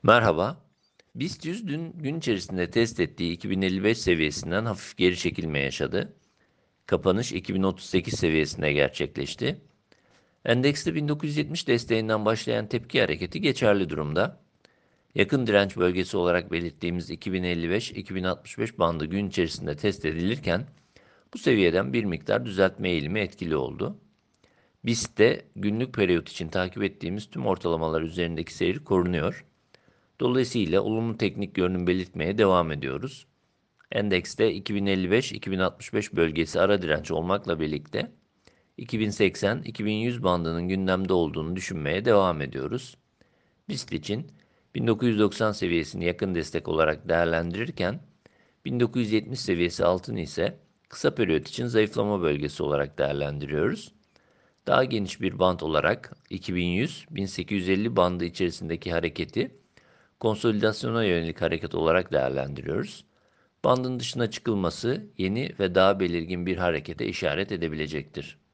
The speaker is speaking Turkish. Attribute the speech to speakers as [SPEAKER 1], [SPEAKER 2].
[SPEAKER 1] Merhaba. BIST 100 dün gün içerisinde test ettiği 2055 seviyesinden hafif geri çekilme yaşadı. Kapanış 2038 seviyesinde gerçekleşti. Endekste 1970 desteğinden başlayan tepki hareketi geçerli durumda. Yakın direnç bölgesi olarak belirttiğimiz 2055-2065 bandı gün içerisinde test edilirken bu seviyeden bir miktar düzeltme eğilimi etkili oldu. BIST'te günlük periyot için takip ettiğimiz tüm ortalamalar üzerindeki seyir korunuyor. Dolayısıyla olumlu teknik görünüm belirtmeye devam ediyoruz. Endekste 2055-2065 bölgesi ara direnç olmakla birlikte 2080-2100 bandının gündemde olduğunu düşünmeye devam ediyoruz. BIST için 1990 seviyesini yakın destek olarak değerlendirirken 1970 seviyesi altını ise kısa periyot için zayıflama bölgesi olarak değerlendiriyoruz. Daha geniş bir band olarak 2100-1850 bandı içerisindeki hareketi konsolidasyona yönelik hareket olarak değerlendiriyoruz. Bandın dışına çıkılması yeni ve daha belirgin bir harekete işaret edebilecektir.